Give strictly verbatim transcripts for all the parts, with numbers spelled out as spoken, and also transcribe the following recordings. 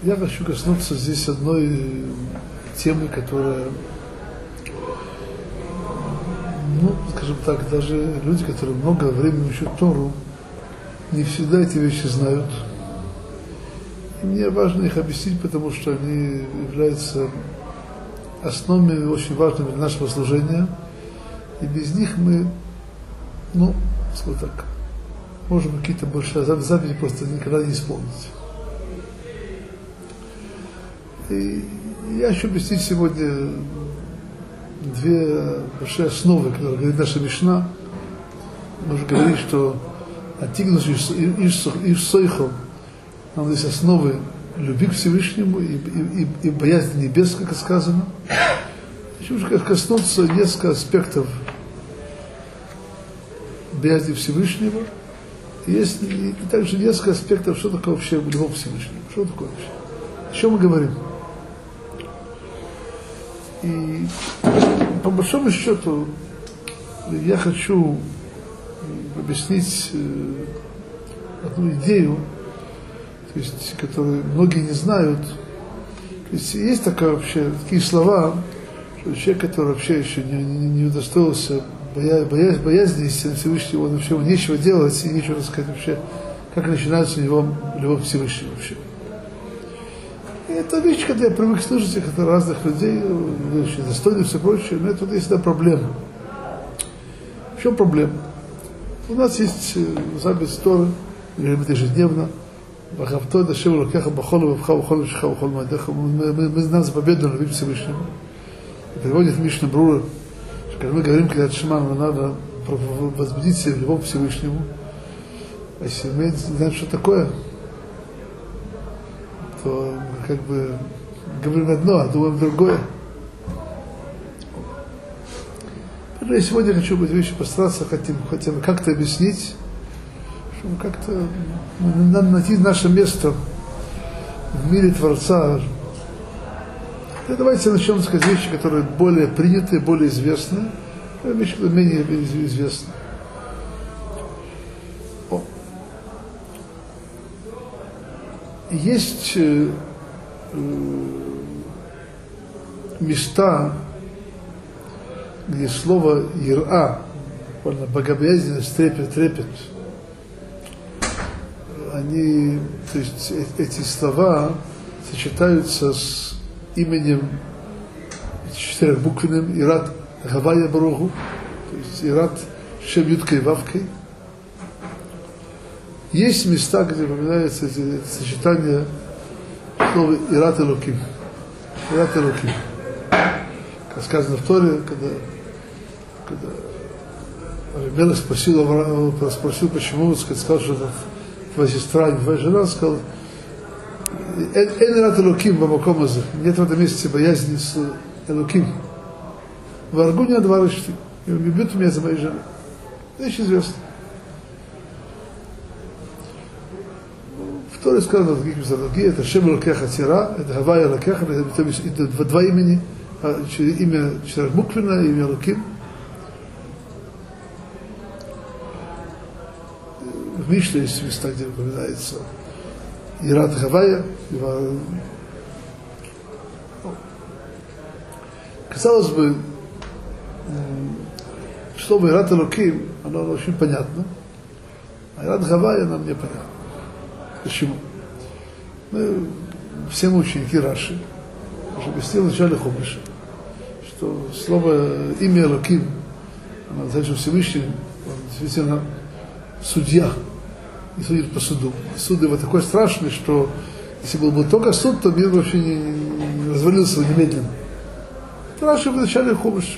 Я хочу коснуться здесь одной темы, которая, ну, скажем так, даже люди, которые много времени учат Тору, не всегда эти вещи знают. И мне важно их объяснить, потому что они являются основами очень важными для нашего служения. И без них мы, ну, скажем так, можем какие-то большие заповеди просто никогда не исполнить. И я хочу объяснить сегодня две большие основы, которые говорит наша Мишна. Мы уже говорили, что Атигнус Иш-Сойхом, нам здесь основы любви к Всевышнему и, и, и, и боязни небес, как сказано. Хочу уже коснуться несколько аспектов боязни Всевышнего. И есть и, и также несколько аспектов, что такое вообще любовь к Всевышнему. Что такое вообще? О чем мы говорим? И по большому счету я хочу объяснить одну идею, то есть, которую многие не знают. То есть есть такая вообще, такие слова, что человек, который вообще еще не, не, не удостоился боя, боя, боязни истины Всевышнего, он вообще нечего делать и нечего сказать вообще, как начинается у него любовь к Всевышнему вообще. И это вещь, когда я привык слышать их от разных людей, очень достойных и все прочее, но это есть всегда проблема. В чем проблема? У нас есть запись Торы, мы говорим это ежедневно. Мы знаем заповедную любить Всевышнему. И приводит Мишна Брура, что когда мы говорим, когда Шма, нам надо возбудить себя в любовь к Всевышнему. А если мы не знаем, что такое, то мы как бы говорим одно, а думаем другое. Поэтому я сегодня хочу в эти вещи постараться хотим, хотя бы как-то объяснить, чтобы как-то надо найти наше место в мире Творца. И давайте начнем сказать вещи, которые более принятые, более известные, а вещи, которые менее известны. О. Есть э, места, где слово «ира», богобоязненность, трепет, трепет, они, то есть эти слова сочетаются с именем четырехбуквенным «Ират Гавая Баруху», то есть «Ират Шем Юткой Вавкой». Есть места, где упоминается это сочетание слова «Ират Элоким». «Ират Элоким». Как сказано в Торе, когда, когда Мелех спросил, спросил, почему, сказал, что это твоя сестра, твоя жена, сказал, «Эн Ират Элоким бамаком азе». Нет в этом месте боязни с Элоким. «Варгуни адварышти». И убьют меня за моей женой. Это еще известно. В Торе сказано, это Шем Элокеха Тира, это Гавая Элокеха, это два имени, имя четырехбуквенное, имя Элоким. В Мишле есть места, где упоминается Ират Гавая. Казалось бы, слово Ират Элоким, оно очень понятно, а Ират Гавая нам не понятно. Почему? Мы все мы ученики Раши, уже объяснил в начале Хумаша, что слово имя Элоким, оно значит Всевышний, он действительно судья, и судит по суду. Суд его такой страшный, что если был бы только суд, то мир вообще не, не развалился немедленно. Раши в начале Хумаша,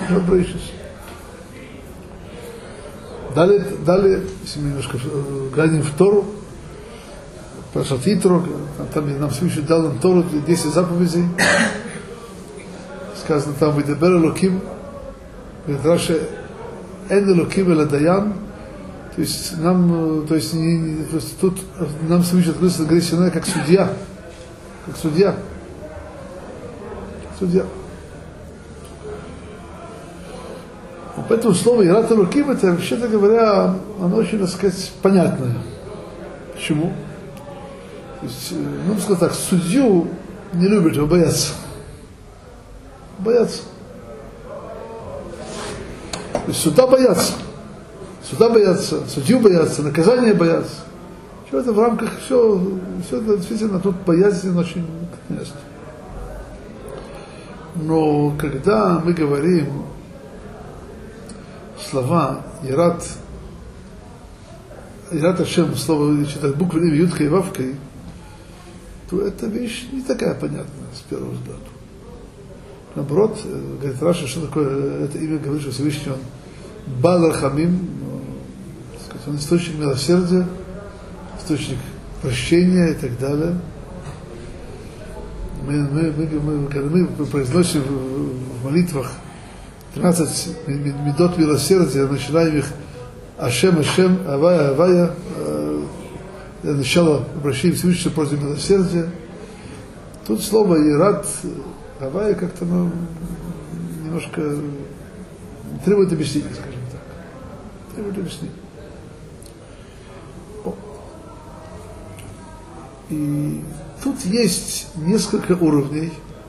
далее, далее, если мы немножко глянем в Тору, Парашат Итро, там нам Всевышний дал нам Тору, десять заповедей. Сказано там, «Видебер Элоким», «Видраше эн Элоким эле Даян». То есть нам, то есть, не, то есть тут нам Всевышний открылся на горе Синай как судья, как судья, судья. Поэтому слово «Ират Элоким», это, вообще-то говоря, оно очень, так сказать, понятное. Почему? То есть, ну, сказать так, судью не любят его, боятся. Боятся. То есть суда боятся. Суда боятся, судью боятся, наказания боятся. Все это в рамках, все, все это действительно тут боязнь очень есть. Но когда мы говорим слова Ират, Ират Ашем, слово читать буквы Ютка и Вавкой, то эта вещь не такая понятная с первого взгляда. Наоборот, говорит Раша, что такое это имя, говорит, что Всевышний он Баал Рахамим, он источник милосердия, источник прощения и так далее. Мы, мы, мы, мы, когда мы произносим в, в молитвах тринадцать медот милосердия, начинаем их Ашем, Ашем, Авая, Авая, э, начало обращения Всевышнего против милосердия. Тут слово Ират, Авая как-то ну, немножко требует объяснения, скажем так. Требует объяснения. И тут есть несколько уровней.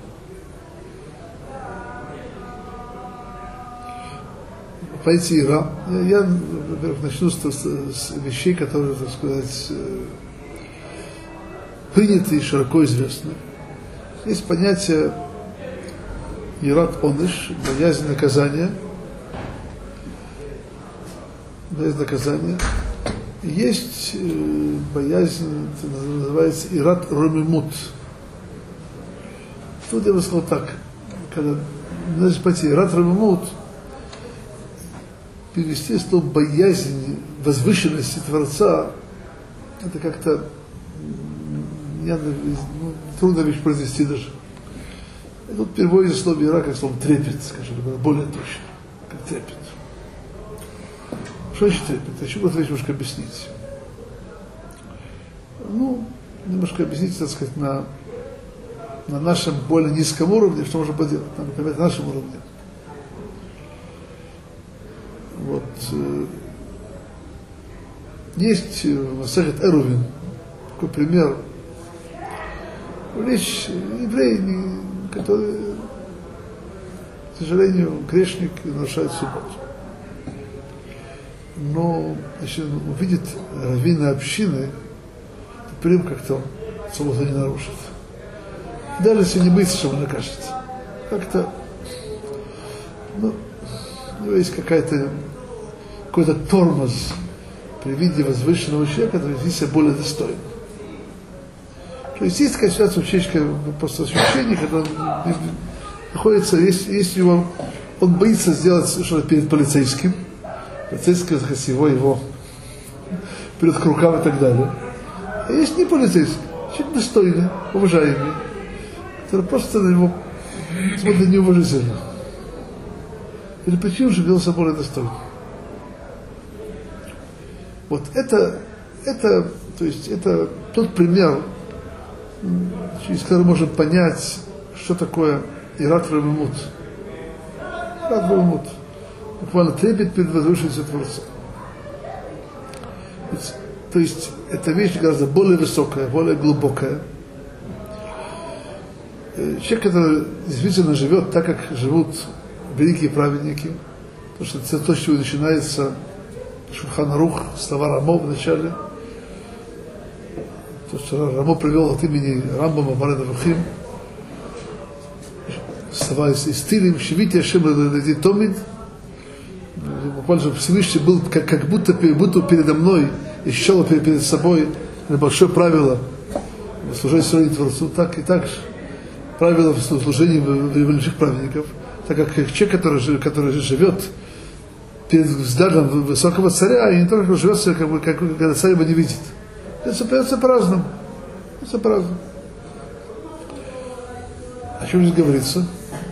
Пойти Ира. Я, я, во-первых, начну с, с вещей, которые, так сказать, приняты и широко известны. Есть понятие Ират Оныш, боязнь наказания. Боязнь наказания. Есть э, боязнь, это называется Ират Ромимут. Тут я бы сказал так, когда надо пойти Ират Ромимут, перевести слово боязнь возвышенности Творца, это как-то я, ну, трудно вещь произвести даже. И тут переводится слово Ира как слово трепет, скажем, более точно, как трепет. Что значит трепет? Я хочу просто немножко объяснить. Ну, немножко объяснить, так сказать, на, на нашем более низком уровне, что можно поделать, например, на нашем уровне. Вот. Э, есть в Масехет Эрувин такой пример. Речь еврей, который, к сожалению, грешник и нарушает субботу. Но если он увидит раввина общины, то прям как-то субботу не нарушит. Даже если не боится, что он накажет. Как-то, ну, у него есть какая-то, какой-то тормоз при виде возвышенного человека, который ведет себя более достойно. То есть есть такая ситуация ученическая, просто ощущение, когда он находится, есть, есть у него, он боится сделать что-то перед полицейским, полицейский захотел его, его перед к рукам и так далее. А есть не полицейский, человек достойный, уважаемый, который просто на него смотрит неуважительно. Или почему же вел себя более достойно. Вот это, это, то есть это тот пример, через который можем понять, что такое Ират Ромимут. Ират Ромимут. Буквально трепет перед возвышенностью Творца. То есть эта вещь гораздо более высокая, более глубокая. Человек, который действительно живет так, как живут великие праведники, потому что это то, с чего начинается Шулхан Арух, слова Рамо в начале, то, что Рамо привел от имени Рамбама Морeh Nevuchim, слова из Тилим, Шивити Ашем Лади Томид, буквально, чтобы Всевышний был как, как будто, будто передо мной и счел перед, перед собой большое правило служить своему Творцу, так и так же правило в служении великих праведников, так как человек, который, который живет перед взглядом высокого царя, и не только живет, как бы, как, когда царь его не видит. Это придется по-разному. Это по-разному. О чем здесь говорится?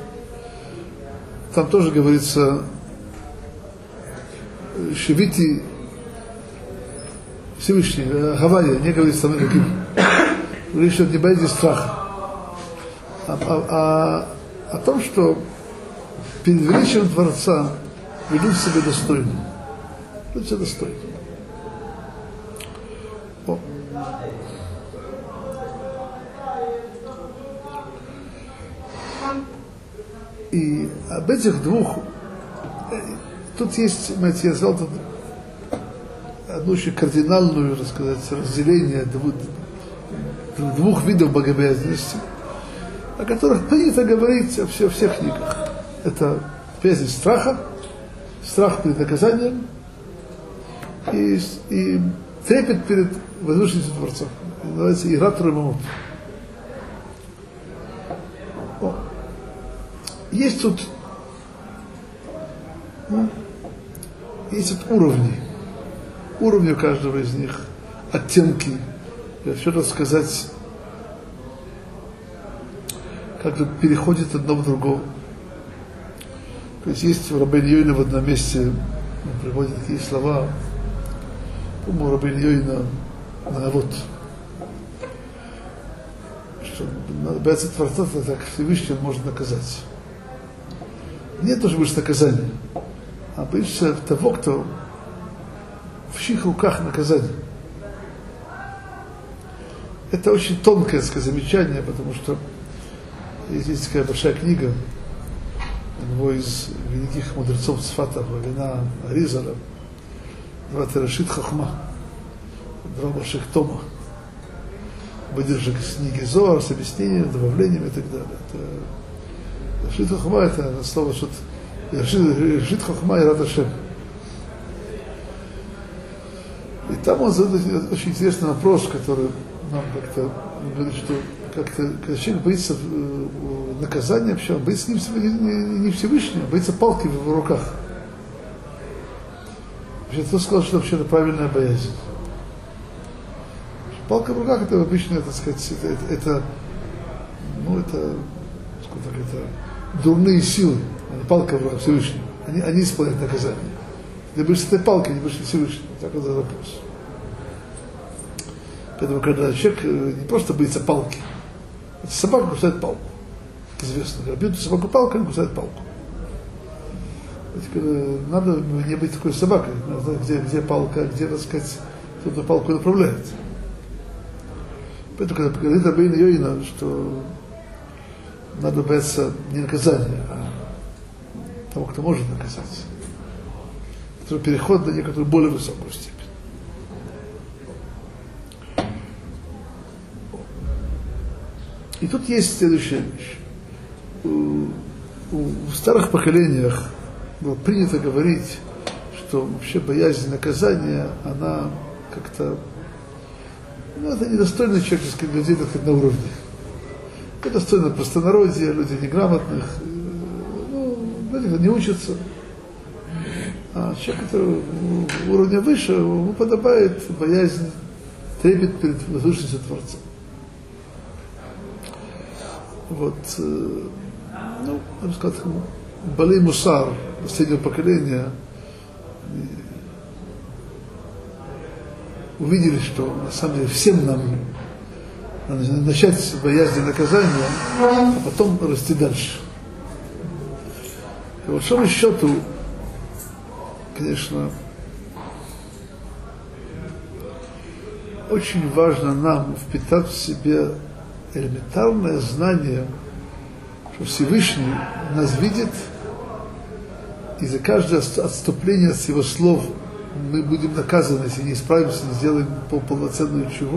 Там тоже говорится Шивити Всевышний, Гавайя, не говорится там никаким. Говорит, что не боитесь страха. А, а, а о том, что перед величием Творца ведут себя достойно. Ведут себя достойно. О. И об этих двух, тут есть, знаете, я сказал, тут одну очень кардинальную, так сказать, разделение двух, двух видов богобоязненности, о которых принято говорить во всех, всех книгах. Это боязнь страха, страх перед наказанием и, и трепет перед возвышенностью Творца. Это называется ират ремамут. Есть тут, ну, есть тут уровни, уровни у каждого из них, оттенки. Я все рассказать, как это переходит одно в другое. То есть есть у Рабейну Йойна в одном месте, он приводит такие слова, по-моему, у Рабейну Йойна на вот, что бояться Творца, так Всевышний он может наказать. Нет тоже больше наказания, а боишься того, кто в чьих руках наказание. Это очень тонкое, так сказать, замечание, потому что есть такая большая книга одного из великих мудрецов Цфата, Равина Аризала, Рашид Хохма, два больших тома, выдержек с книги Зоар, с объяснением, добавлениями и так далее. Это Рашид Хохма, это слово, что Рашид Хохма и Рад Ашем. И там он задает очень интересный вопрос, который нам как-то говорит, что как-то, когда человек боится наказания, вообще, он боится не, не, не Всевышнего, боится палки в его руках. Вообще, кто сказал, что вообще это правильная боязнь? Палка в руках это обычно, так сказать, это, это, это ну, это, так, это дурные силы, палка в руках Всевышнего. Они, они исполняют наказание. Ты будешь с этой палкой, не будешь Всевышнего. Так вот это вопрос. Поэтому, когда человек не просто боится палки, собака кусает палку. Известно, когда бьют собаку палкой, он кусает палку. Надо не быть такой собакой, надо знать, где, где палка, где, так сказать, кто-то палку направляет. Поэтому, когда говорит Рабейну Йойна, что надо бояться не наказания, а того, кто может наказать, который переходит на некоторую более высокую степень. И тут есть следующая вещь. У, у, в старых поколениях было принято говорить, что вообще боязнь наказания, она как-то, ну, это недостойно человеческих людей, так сказать, на уровне. Это достойно простонародья, людей неграмотных, ну, люди не учатся. А человек, который уровня выше, ему подобает боязнь, трепет перед возвышенностью Творца. Вот, ну, я бы сказал, Балей Мусар последнего поколения увидели, что на самом деле всем нам надо начать с боязни наказания, а потом расти дальше. И по большому счету, конечно, очень важно нам впитать в себе элементарное знание, что Всевышний нас видит, и за каждое отступление от его слов мы будем наказаны, если не исправимся, не сделаем полноценную чуву.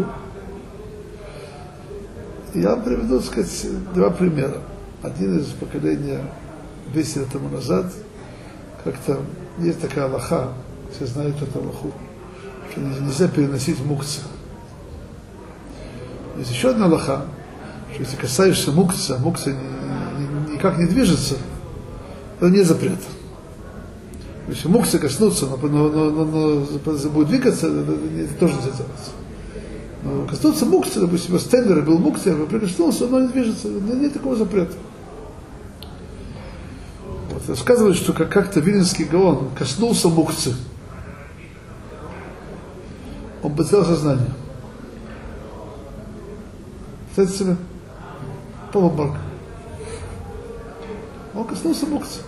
Я вам приведу, так сказать, два примера. Один из поколения двести лет тому назад, как-то есть такая алаха, все знают эту алаху, что нельзя переносить мукцы. Есть еще одна алаха, что если касаешься мукцы, а мукцы ни, ни, никак не движется, то нет запрета. Если мукцы коснутся, но, но, но, но, но будет двигаться, это, это тоже нельзя делать. Но коснуться мукцы, допустим, у стендера был мукцы, я прикоснулся, но не движется, нет такого запрета. Вот, рассказывают, что как- как-то Виленский Гаон коснулся мукцы, он потерял сознание. Представьте себе, полубак. Он коснулся мукцы.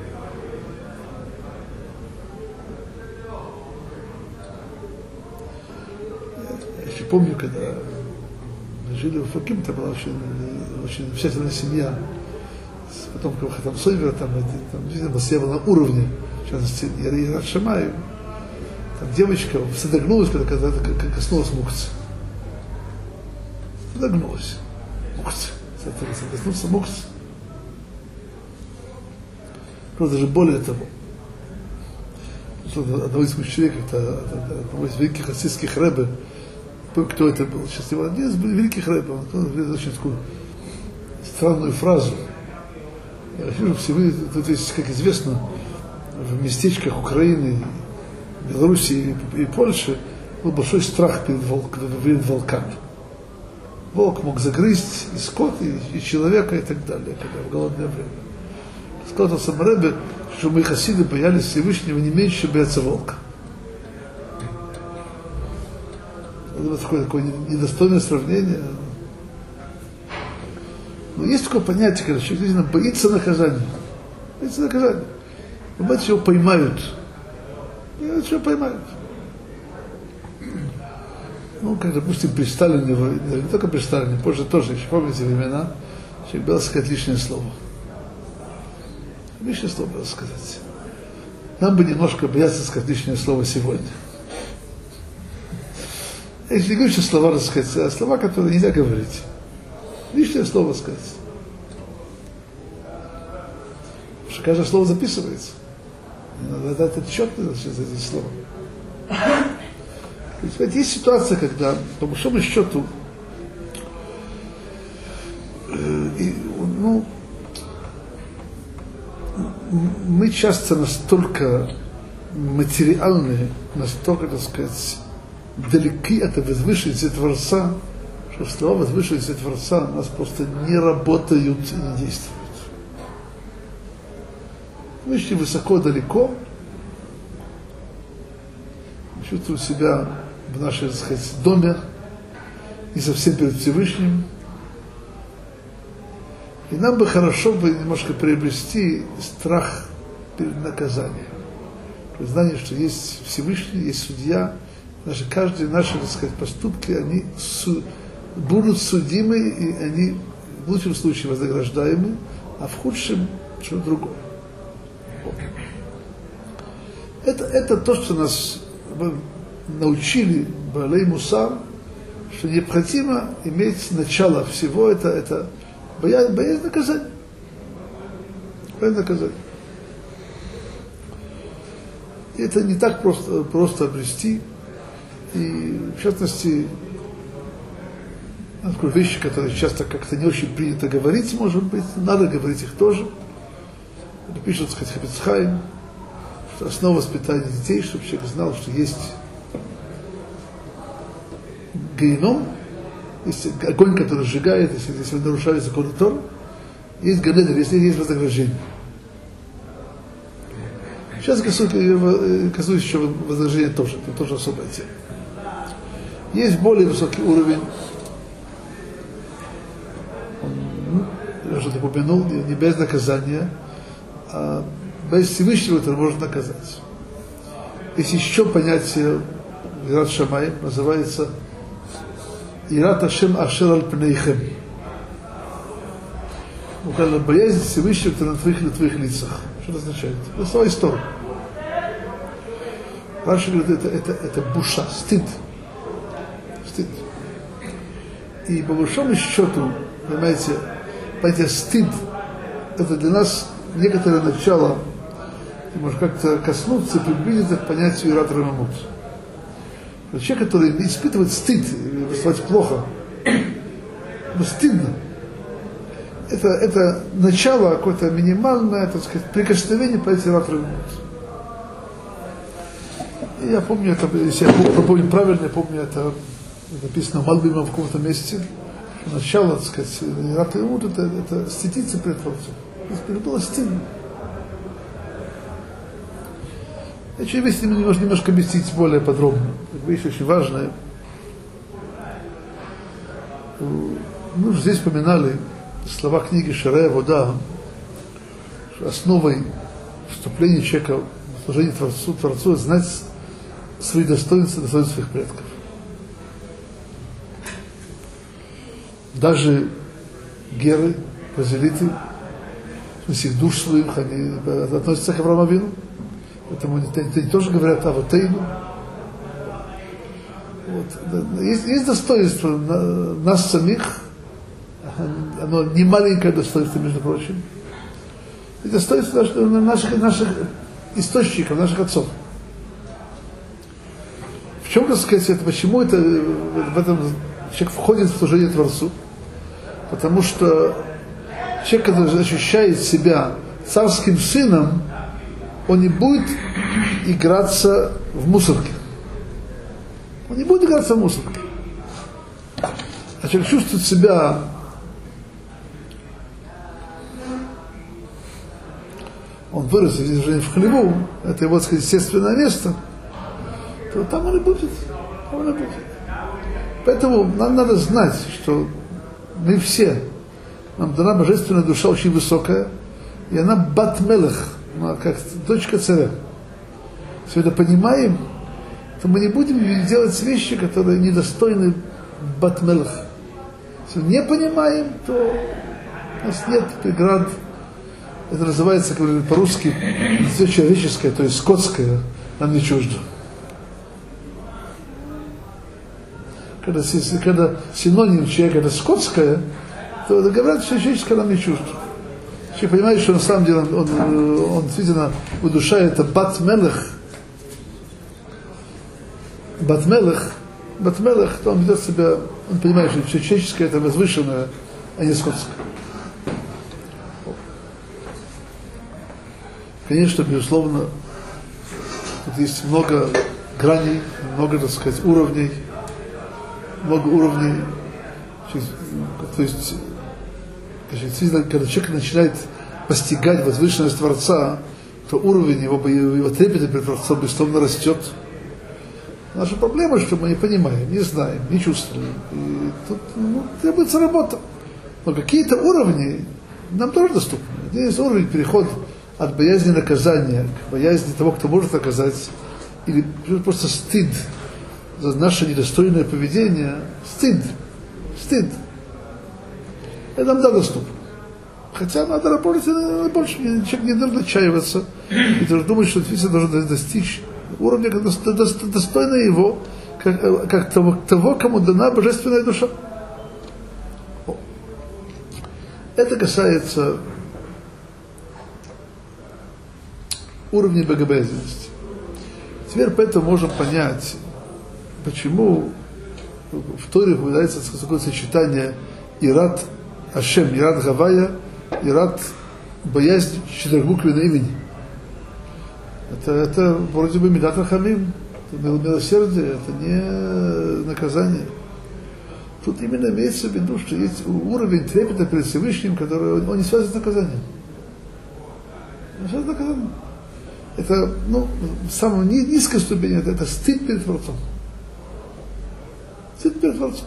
Я еще помню, когда мы жили в Факим, это была очень, очень замечательная семья потом Хатам Сойвера, там, там, видимо, села на уровне, в частности, Ират Шамай, там девочка содрогнулась, когда, когда, когда коснулась мукцы. Содрогнулась. Мукцы. Коснулся мукцы. Просто даже более того, одного из человек, это одного из великих хасидских рэбе, кто это был, сейчас его один из великих рэбе, он говорит очень такую странную фразу. Я вижу, все вы, тут есть, как известно, в местечках Украины, Белоруссии и, и Польши был большой страх перед, волк, перед волками. Волк мог загрызть и скот, и, и человека, и так далее, когда в голодное время. Сказал сам рэбе, что мы хасиды боялись Всевышнего не меньше, чем боятся волка. Это такое, такое недостойное сравнение. Но есть такое понятие, когда человек действительно боится наказания. Боится наказания. Он боится, что его поймают. И вот что поймают. Ну, как, допустим, при Сталине, не только при Сталине, позже тоже, еще помните времена, человек был сказать лишнее слово. Лишнее слово было сказать. Нам бы немножко бояться сказать лишнее слово сегодня. Я не говорю, что слова рассказать, а слова, которые нельзя говорить. Лишнее слово сказать. Потому что каждое слово записывается. И надо дать отчетность за эти слова. То есть, есть ситуация, когда, по большому счету, э, и, ну, мы часто настолько материальны, настолько, так сказать, далеки от возвышенности Творца, что слова возвышенности Творца у нас просто не работают и не действуют. Мы шли высоко, далеко, чувствуем себя в нашем, так сказать, доме, не совсем перед Всевышним. И нам бы хорошо бы немножко приобрести страх перед наказанием. Знание, что есть Всевышний, есть судья. Наши, каждые наши, так сказать, поступки, они су, будут судимы, и они в лучшем случае вознаграждаемы, а в худшем что-то другое. Это, это то, что нас научили Баалей Мусар, что необходимо иметь начало всего, это, это боязнь, боязнь наказания. Боязнь наказания. И это не так просто, просто обрести. И в частности, такие вещи, которые часто как-то не очень принято говорить, может быть, надо говорить их тоже. Это пишет, так сказать, Хафец Хаим, что основа воспитания детей, чтобы человек знал, что есть геном, есть огонь, который сжигает, если, если он нарушает законы Торы, есть ганедер, если есть вознаграждение. Сейчас касаюсь еще вознаграждения тоже, это тоже особая тема. Есть более высокий уровень, он, я уже это упомянул, не без наказания, а без Всевышнего это можно наказать. Есть еще понятие Ират Шамай, называется Ират Ашем Ашер Аль Пнейхем. Указано боязнь Всевышнего на твоих, на твоих лицах. Что это означает? Это слова истории. Раши говорит, это, это, это буша, стыд. Стыд. И по большому счету, понимаете, понятие стыд, это для нас некоторое начало, может как-то коснуться и приблизиться к понятию Ират Рамамут. Человек, который испытывает стыд, выступать плохо, но стыдно, это, это начало какое-то минимальное, так сказать, прикосновение по этому Ират Рамамут. Я помню, это, если я помню правильно, я помню, это написано в Мальбиме в каком-то месте, что начало, так сказать, Ират Рамамут, это, это стыдиться перед Творцом. Это было стыдно. Я хочу вести немножко, немножко объяснить более подробно. Вещь очень важная. Мы уже здесь вспоминали слова книги Шарая Вода, что основой вступления человека в служение Творцу, Творцу знать свои достоинства, достоинства своих предков. Даже геры, базилиты, в смысле их душ своих, они относятся к Аврааму Авину. Поэтому они, они тоже говорят Авотейну. Вот. Есть, есть достоинство на, нас самих, оно не маленькое достоинство, между прочим. И достоинство наших, наших источников, наших отцов. В чем, так сказать, это, почему это, в этом человек входит в служение Творцу? Потому что человек, который ощущает себя царским сыном, он не будет играться в мусорке. Он не будет играться в мусорке. А человек чувствует себя он вырос в хлеву, это его, так сказать, естественное место, то там он и будет. Там он и будет. Поэтому нам надо знать, что мы все, нам дана божественная душа очень высокая, и она бат-мелех, как дочка царя. Если мы это понимаем, то мы не будем делать вещи, которые недостойны бат-мелех. Если не понимаем, то у нас нет преград. Это называется, как говорят по-русски, все человеческое, то есть скотское, нам не чуждо. Когда, когда синоним человека это скотское, то говорят, что человеческое нам не чуждо. Человек понимает, что на самом деле он, он, он действительно удушает это бат-мелех, бат-мелех, бат-мелех, то он ведет себя, он понимает, что человеческое это возвышенное, а не скотское. Конечно, безусловно, тут есть много граней, много, так сказать, уровней, много уровней. То есть, когда человек начинает постигать возвышенность Творца, то уровень его, его трепета перед Творцом безусловно растет. Наша проблема, что мы не понимаем, не знаем, не чувствуем. И тут ну, требуется работа. Но какие-то уровни нам тоже доступны. Есть уровень перехода от боязни наказания к боязни того, кто может наказать, или просто стыд за наше недостойное поведение, стыд, стыд. Это нам да доступно. Хотя надо работать больше, человек не должен отчаиваться, и должен думать, что действительно должен достичь уровня, достойно его, как, как того, того, кому дана божественная душа. Это касается уровня богобоязненности. Теперь поэтому можем понять, почему в Торе упоминается такое сочетание ират Ашем, ират Гавая, ират боязнь четырехбуквенного имени. Это, это вроде бы медат рахамим, это милосердие, это не наказание. Тут именно имеется в виду, что есть уровень трепета перед Всевышним, который он не связан с наказанием. Не связан с наказанием. Это, ну, самая низкая ступень, это, это стыд перед Творцом. Стыд перед Творцом.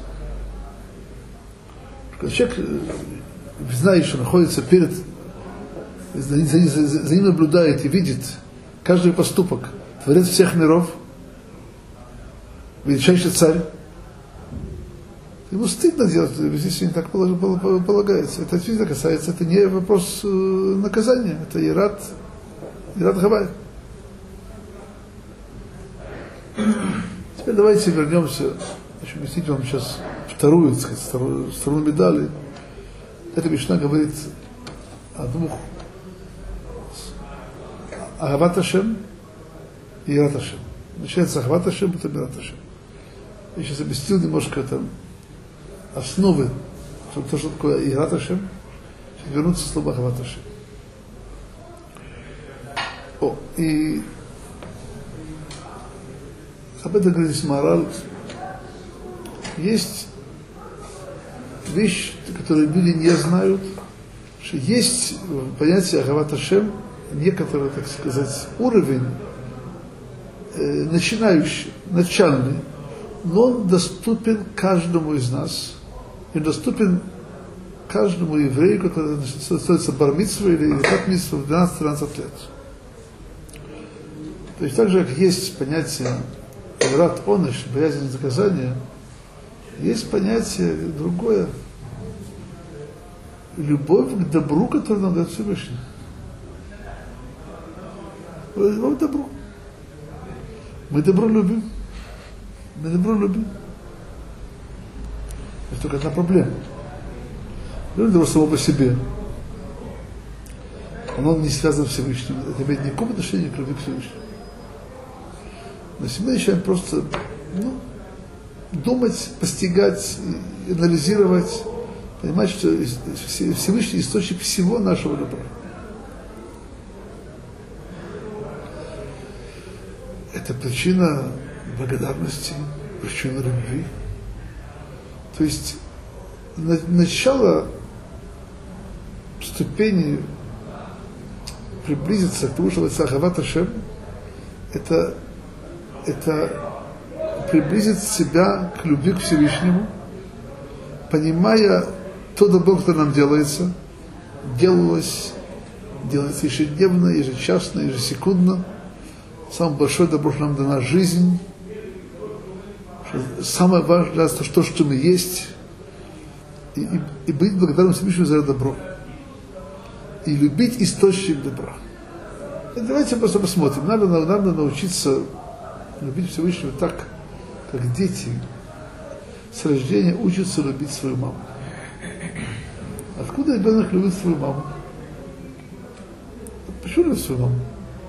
Когда человек знает, что находится перед, за, за, за, за ним наблюдает и видит каждый поступок Творец всех миров, величайший царь, ему стыдно делать, здесь не так полагается. Это действительно касается, это не вопрос наказания, это ират, ират Гавай. Теперь давайте вернемся, хочу объяснить вам сейчас вторую, так сказать, вторую сторону медали. Эта Мишна говорит о двух: Агават Ашем и Ират Ашем. Начинается Агават Ашем, потом Ират Ашем. Я сейчас объяснил немножко там основы, что то, что такое Ират Ашем, сейчас вернуться к слову Агават Ашем. О, и об этом говорит Маораль. Есть вещь, которую люди не знают, что есть понятие Агават Ашем некоторый, так сказать, уровень э, начинающий, начальный, но он доступен каждому из нас, и доступен каждому еврею, который становится бар-мицвой или бат-мицвой в двенадцать-тринадцать лет. То есть так же, как есть понятие Ират Оныш, боязнь наказания, есть понятие другое, любовь к добру, которую нам дает Всевышний. Любовь к добру. Мы добро любим. Мы добро любим. Это только одна проблема. Любим добро само по себе. Оно не связано с Всевышним. Это имеет никакого отношения к любви к Всевышнему. Но если мы начинаем просто ну, думать, постигать, анализировать, понимать, что Всевышний источник всего нашего добра. Это причина благодарности, причина любви. То есть на, начало ступени приблизиться к тому, что называется Ахават Ашем, это, это приблизить себя к любви к Всевышнему, понимая то добро, которое нам делается, делалось, делается ежедневно, ежечасно, ежесекундно. Самое большое добро, что нам дана жизнь. Что самое важное, это то, что мы есть. И, и, и быть благодарным Всевышнему за это добро. И любить источник добра. И давайте просто посмотрим. Надо, надо научиться любить Всевышнего так, как дети с рождения учатся любить свою маму. Откуда ребенок любит свою маму? Почему любит свою маму?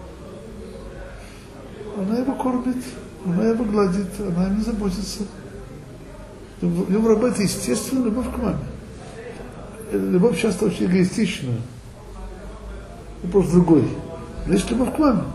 Она его кормит, она его гладит, она им заботится. В него работает естественная любовь к маме. Любовь часто очень эгоистичная. Вопрос другой. Но есть любовь к маме.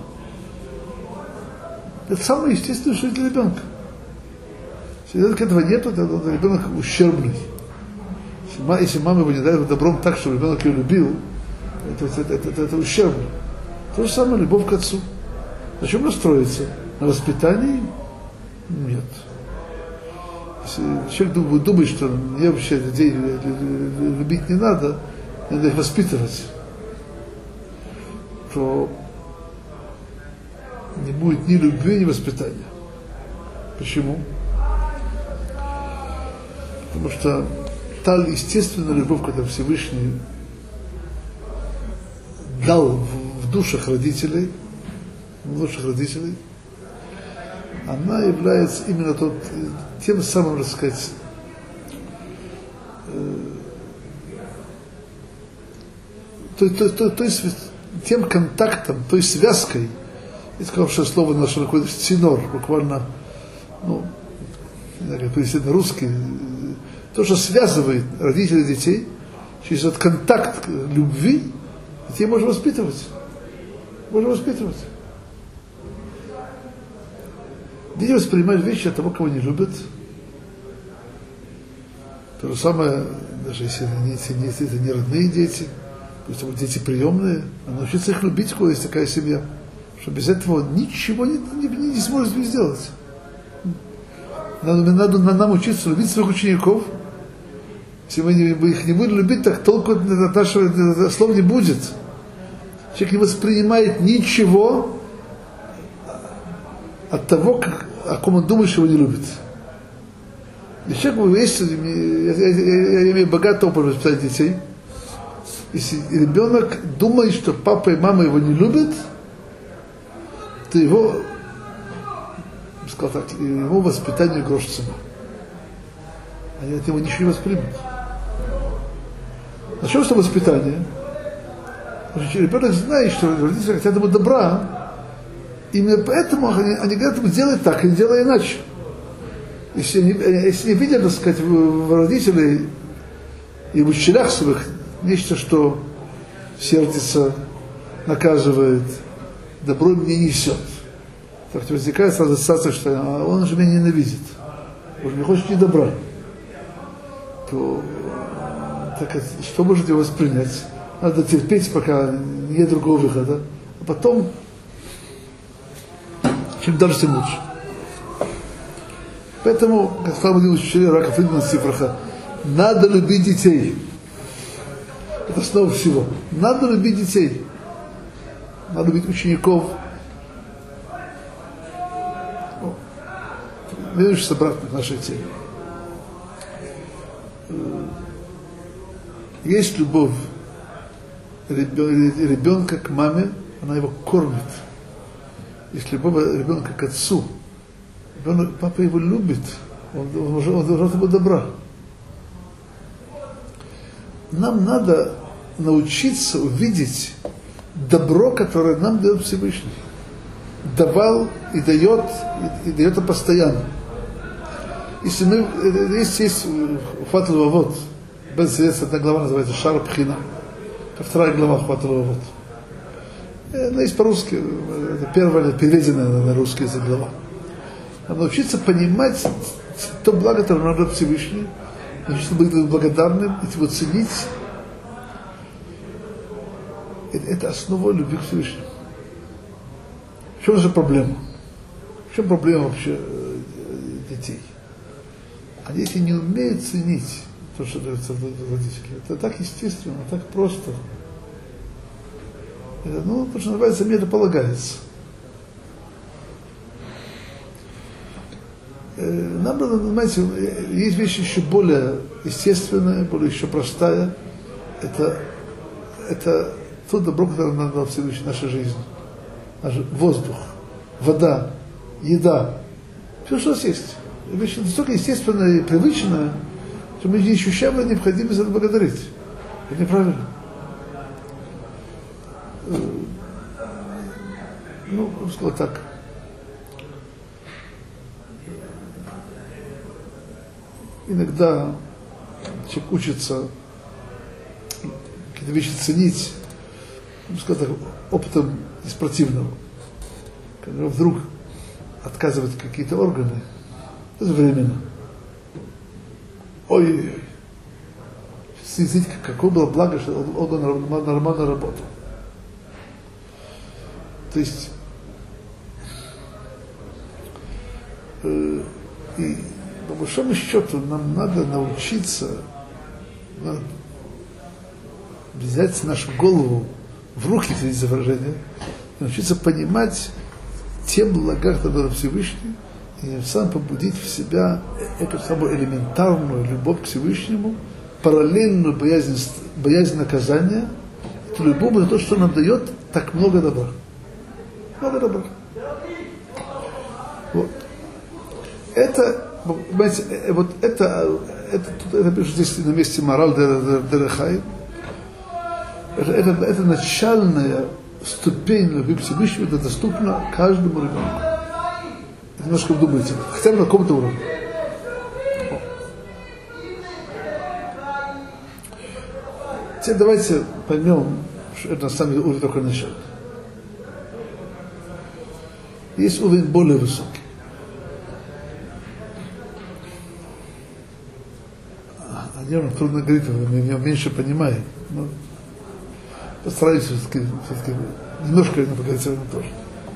Это самое естественное, что для ребенка. Если ребенка этого нет, то ребенок ущербный. Если мама его не дает добром так, чтобы ребенок ее любил, это, это, это, это, это ущербно. То же самое любовь к отцу. На чем настроиться? На воспитании? Нет. Если человек думает, что мне вообще людей любить не надо, надо их воспитывать, то не будет ни любви, ни воспитания. Почему? Потому что та естественная любовь, которую Всевышний дал в душах родителей, в душах родителей, она является именно тот, тем самым, так сказать, э, то, то, то, то есть тем контактом, той связкой, я сказал, что слово наше такое синор, буквально, ну, не знаю, как перевести на русский, то, что связывает родителей и детей, через этот контакт любви, детей можно воспитывать. Можно воспитывать. Дети воспринимают вещи от того, кого не любят. То же самое, даже если, если, если это не родные дети, пусть это дети приемные, а научиться их любить, когда есть такая семья, что без этого ничего не, не, не сможет сделать. Надо, надо нам учиться любить своих учеников. Если мы, не, мы их не будем любить, так толку от нашего слова не будет. Человек не воспринимает ничего от того, как, о ком он думает, что его не любит. И человек, если, я, я, я, я имею богатый опыт воспитания детей, если ребенок думает, что папа и мама его не любят, то его, сказал так, его воспитанию грош цена. Они от него ничего не воспримут. Начнем с воспитания. Ребенок знает, что родители хотят ему добра, именно поэтому они, они говорят ему, делай так, и не делай иначе. Если не, если не видят, так сказать, в, в родителей и в учителях своих нечто, что сердится, наказывает, добро им не несет, так возникает сразу ассоциация, что он же меня ненавидит, он же не хочет ни добра, то так, что можете воспринять? Надо терпеть, пока нет другого выхода, а потом чем дальше, тем лучше. Поэтому, как сказал один учитель Рака Фридмана Цифраха, надо любить детей. Это основа всего. Надо любить детей. Надо любить учеников. Вернемся обратно к нашей теме. есть любовь ребенка к маме, она его кормит. Есть любовь ребенка к отцу. Ребенок, папа его любит, он, он, он, он желает ему добра. Нам надо научиться увидеть добро, которое нам дает Всевышний. Давал и дает, и, и дает это постоянно. Если мы, есть, есть Хват Левавот, без средств, одна глава называется Шар Пхина, вторая глава Хват Левавот. Она есть по-русски, это первая переведенная на русский язык глава. Надо научиться понимать то благо, которое нам дает Всевышний, научиться быть благодарным, и его ценить. Это, это основа любви к Всевышнему. В чем же проблема? В чем проблема вообще детей? А дети не умеют ценить то, что дается от родителей. Это так естественно, так просто. Это, ну, то, что называется, мне это полагается. Нам надо, понимаете, есть вещи еще более естественные, более еще простая. Это, это то добро, которое нам дал Всевышний, наша жизнь. Наш воздух, вода, еда. Все, что у нас есть. Вещи настолько естественное и привычное, что мы не ощущаем необходимость это благодарить. Это неправильно. Ну, я бы сказал так. Иногда человек учится какие-то вещи ценить, я бы сказал так, опытом из противного. Когда вдруг отказывают какие-то органы, это временно. Ой-ой-ой. Смотрите, какое было благо, что он нормально работал. То есть, э, и по большому счету нам надо научиться надо взять нашу голову в руки, извините за выражение, научиться понимать те блага, которые дал Всевышний, и сам побудить в себя эту самую элементарную любовь к Всевышнему, параллельную боязнь, боязнь наказания, эту любовь за то, что нам дает так много добра. Много добра. Вот. Это, понимаете, вот это, это, это, это пишут здесь на месте Мораль Дерехай. Это, это, это начальная ступень любви к Всевышнему, это доступно каждому ребенку. Немножко вдумайте, хотя бы на каком-то уровне. Теперь давайте поймем, что это на самом деле уровень такой начальный. Есть уровень более высокий. О нем трудно говорить, мы в нем меньше понимаем. Но постараюсь все-таки, все-таки немножко поговорить о нем тоже.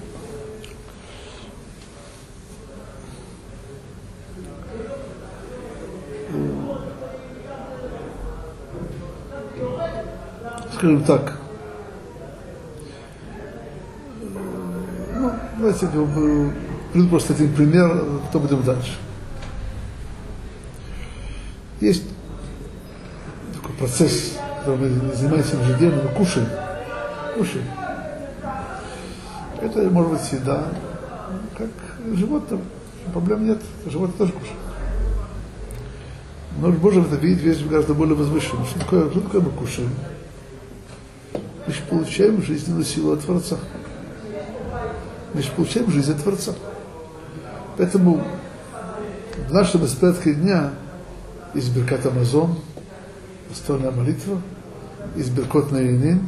Скажем так, ну, давайте приведу просто один пример, потом идем дальше. Есть такой процесс, который мы занимаемся ежедневно, мы кушаем, кушаем. Это может быть еда, как животным, проблем нет, животные тоже кушают. Но Боже это видит вещь гораздо более возвышенную. Что такое, что такое мы кушаем? Мы же получаем жизненную силу от Творца. Мы же получаем жизнь от Творца. Поэтому в нашем распорядке дня есть Беркат Амазон, настольная молитва, есть Беркот Наинин,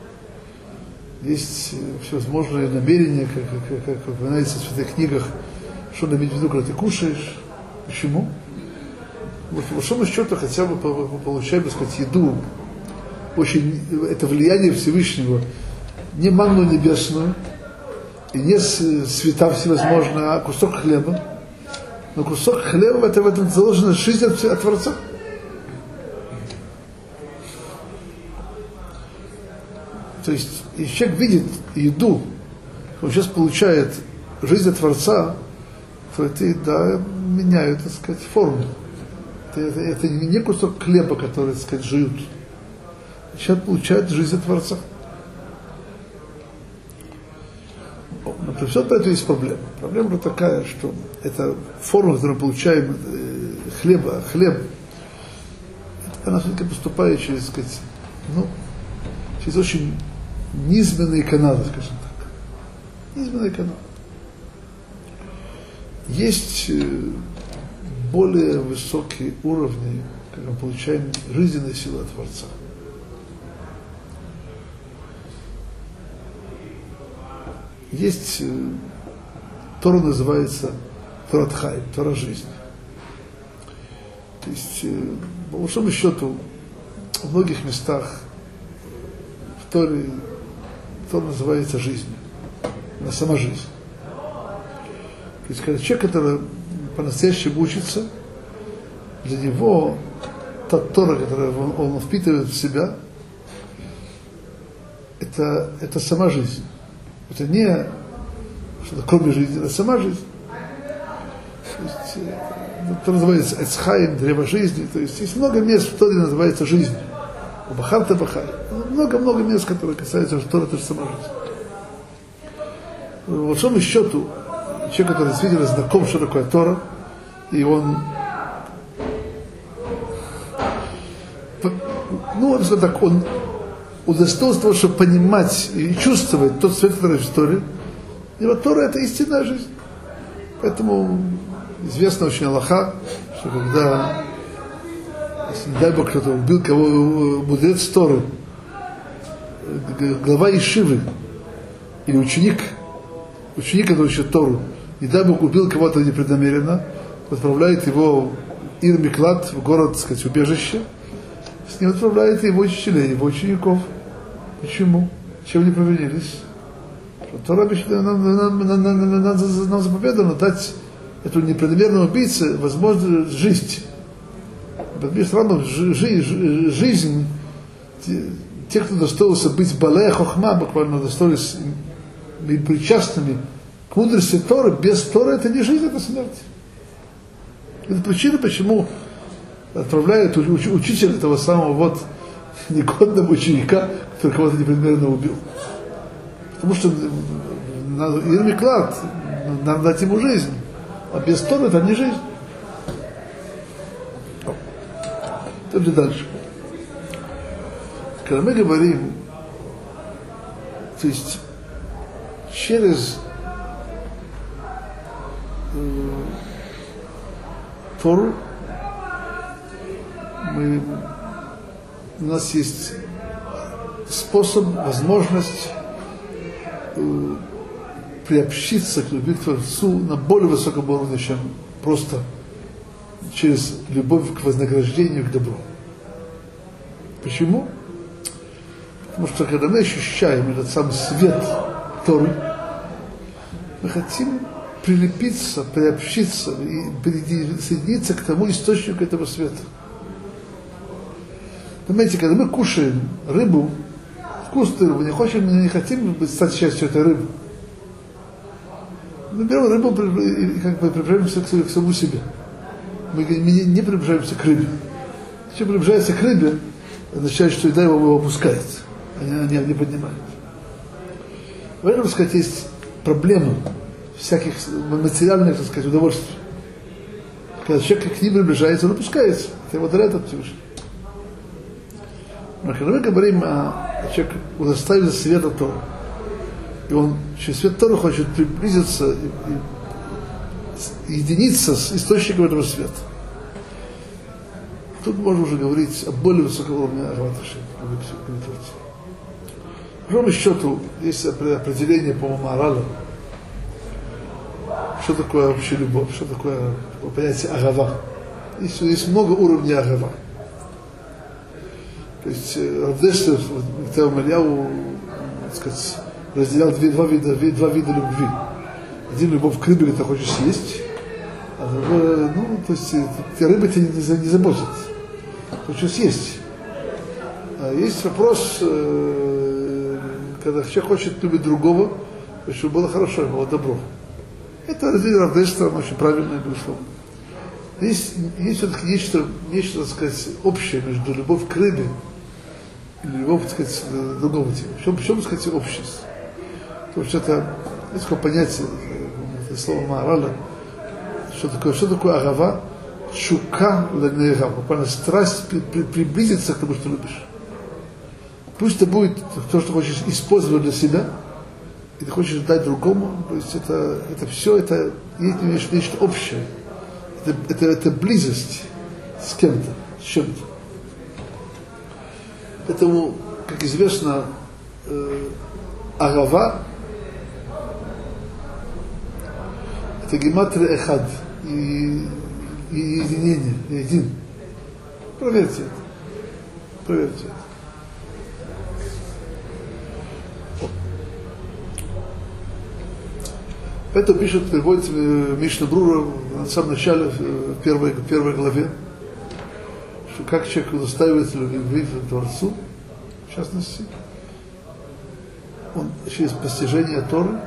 есть всевозможные намерения, как, как, как упоминается в святых книгах, что иметь в виду, когда ты кушаешь. Почему? Вот, по большому счету, хотя бы мы получаем, так сказать, еду, очень, это влияние Всевышнего, не манну небесную, и не света всевозможные, а кусок хлеба. Но кусок хлеба, это в этом заложена жизнь от, от Творца. То есть, если человек видит еду, он сейчас получает жизнь от Творца, то это, да, меняет, так сказать, форму. Это, это не кусок хлеба, который, так сказать, жуют. человек получает жизнь от Творца. Но при всем этом есть проблема. Проблема такая, что эта форма, которую мы получаем э, хлеба, хлеб, она все-таки поступает через, так сказать, ну, через очень низменные каналы, скажем так. Низменные каналы. Есть более высокие уровни, как мы получаем жизненные силы от Творца. Есть, Тора называется Торат Хаим, Тора жизни. То есть, по большому счету, в многих местах в Торе Тора называется жизнью, она сама жизнь. То есть, когда человек, который по-настоящему учится, для него та Тора, которую он, он впитывает в себя, это, это сама жизнь. Это не что-то кроме жизни, это сама жизнь. То есть, это называется Эцхайм, древо жизни. То есть есть много мест в Торе, называется жизнью. У Бахарта Бахай. Много-много мест, которые касаются, что Тора это же сама жизнь. В большому счету, человек, который действительно знаком, что такое Тора, и он, ну, он, скажем так, он удостоился того, чтобы понимать и чувствовать тот свет, который в Торе. И вот Тора — это истинная жизнь. Поэтому известно очень Аллаха, что когда, если, не дай Бог, кто-то убил кого мудрец Торы, глава Ишивы, или ученик, ученик, который учит Тору, не дай Бог, убил кого-то непреднамеренно, отправляет его Ир Миклад, в город, так сказать, убежище, с ним отправляет его учителей, его учеников. Почему? Чем они провинились? Тора нам, нам, нам, нам заповедано дать эту непреднамеренному убийце возможность жить. Жизнь, жизнь, те, кто достоился быть балея хохма, буквально достоились быть причастными к мудрости Торы, без Торы это не жизнь, это смерть. Это причина, почему отправляют уч- учителя этого самого вот негодного ученика, который кого-то непреднамеренно убил. Потому что надо Ирмиклад, надо дать ему жизнь, а без Торы это не жизнь. Идем дальше. Когда мы говорим, то есть через э, Тору мы, у нас есть способ, возможность э, приобщиться к любви к Творцу на более высоком уровне, чем просто через любовь к вознаграждению, к добру. Почему? Потому что когда мы ощущаем этот сам свет Торы, мы хотим прилепиться, приобщиться и присоединиться к тому источнику этого света. Понимаете, когда мы кушаем рыбу, вкусную рыбу, не хотим, мы не хотим стать частью этой рыбы. Мы берем рыбу и как бы приближаемся к самому себе. Мы не, не приближаемся к рыбе. Если приближается к рыбе, означает, что еда его опускает, а не, не поднимает. В этом, так сказать, есть проблема всяких материальных, так сказать, удовольствий. Когда человек к ним приближается, он опускается. Это его дарят от Всевышнего. Но когда мы говорим о человеке, удостоившем света Торы, и он через свет Торы хочет приблизиться и, и единиться с источником этого света, тут можно уже говорить о более высоком уровне Агават-Ашем. По большому счету, есть определение по Маоралу, что такое вообще любовь, что такое понятие Агава. Есть, есть много уровней Агава. То есть Равдештер, Миктав Мальяу, так сказать, разделял две, два, вида, два вида любви. Один — любовь к рыбе, когда ты хочешь съесть, а другое, ну, то есть те рыбы тебя не, не заботят, хочешь съесть. А есть вопрос, когда человек хочет любить другого, чтобы было хорошо, было добро. Это разделение Равдештера, очень правильное, безусловно. Есть, есть все-таки нечто, нечто, так сказать, общее между любовью к рыбе или любовь, так сказать, другого типа. В чем, в чем, так сказать, общность? Потому что это, есть такое понятие, это слово Маораля, что такое, что такое агава? Шука ленега, буквально страсть при, при, приблизиться к тому, что любишь. Пусть это будет то, что хочешь использовать для себя, и ты хочешь дать другому, то есть это, это все, это есть нечто общее. Это, это, это близость с кем-то, с чем-то. Поэтому, как известно, э, агава это гематрия эхад, и, и единение, и един. Проверьте это. Проверьте это. Это пишет, переводит Мишна Брура на самом начале, в первой, в первой главе, что как человек удостаивается любви к Творцу, в частности, он через постижение Торы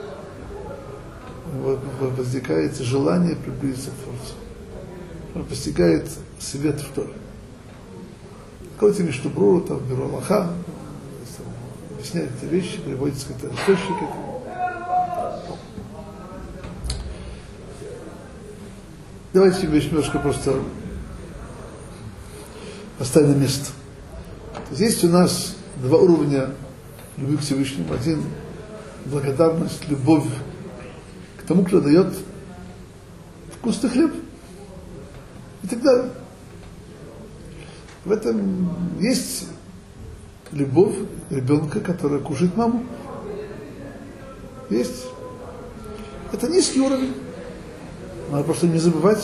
возникает желание приблизиться к Творцу. Он постигает свет в Торе. Какой-то Мишна Брура, там, Бюро Аллаха, объясняет эти вещи, приводится какой-то источник этому. Давайте себе немножко просто поставим на место. Есть у нас два уровня любви к Всевышнему. Один – благодарность, любовь к тому, кто дает вкусный хлеб и так далее. В этом есть любовь ребенка, который кушает маму. Есть. Это низкий уровень. Надо просто не забывать.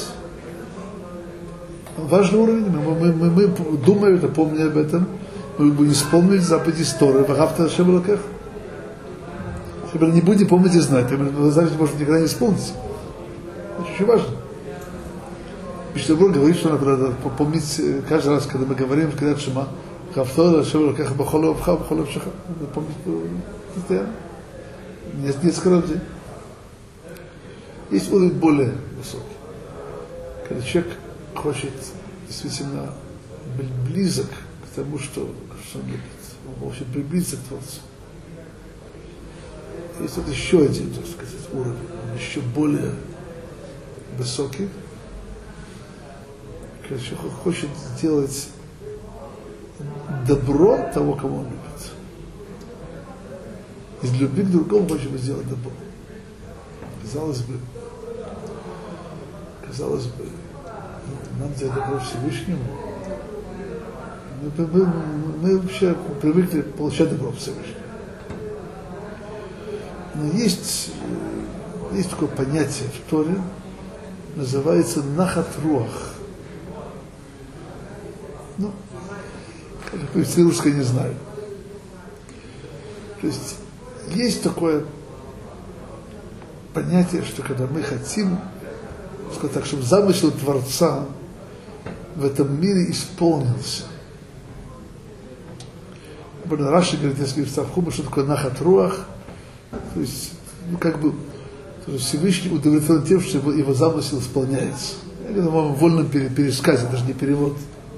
Важный уровень. Мы, мы, мы, мы думаем, это, помним об этом. Мы будем вспомнить заповеди Торы. Вахавта Ашем Элокеха. Если мы не будем помнить и знать, мы заповеди, может, никогда не исполнить. Это очень важно. Мишна Брура говорит, что надо помнить каждый раз, когда мы говорим в Крiyat Шема, Вахавта Ашем Элокеха бахол левавха бахол навшеха. Надо помнить постоянно. Несколько раз в день. Есть уровень более высокий. Когда человек хочет действительно быть близок к тому, что, что он любит. Он хочет приблизиться к Творцу. Есть вот еще один, так сказать, уровень, он еще более высокий. Когда человек хочет сделать добро того, кого он любит. Из любви к другому хочет сделать добро. Казалось бы, казалось бы, нам делать добро Всевышнему. Мы, мы, мы вообще привыкли получать добро Всевышнему. Но есть, есть такое понятие в Торе, называется нахат руах. Ну, как русское не знаю. То есть есть такое понятие, что когда мы хотим, сказать так, чтобы замысел Творца в этом мире исполнился. Раши говорит, если в Хумы, что такое нахат руах, то есть, ну, как бы, Всевышний удовлетворен тем, что его, его замысел исполняется. Я говорю вам в вольном пересказе, даже не перевод.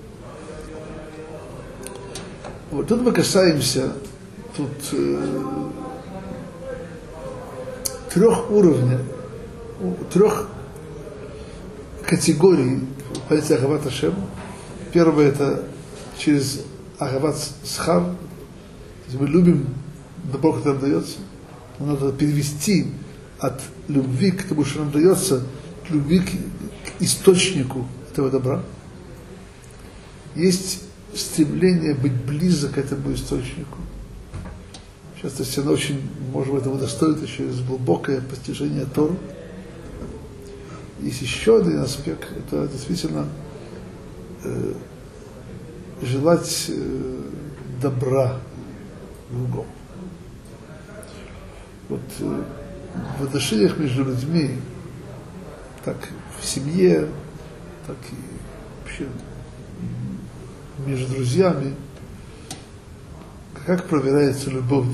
Вот тут мы касаемся тут э, трех уровней, трех категорий понятия Агават Ашем. Первое – это через Агават Схар. Мы любим добро, которое нам дается. Но надо перевести от любви к тому, что нам дается, к любви к, к источнику этого добра. Есть стремление быть близок к этому источнику. В частности, оно очень, может быть, этого достоит еще из глубокое постижение Торы. Есть еще один аспект, это действительно э, желать э, добра другому. Вот э, в отношениях между людьми, так в семье, так и вообще между друзьями, как проверяется любовь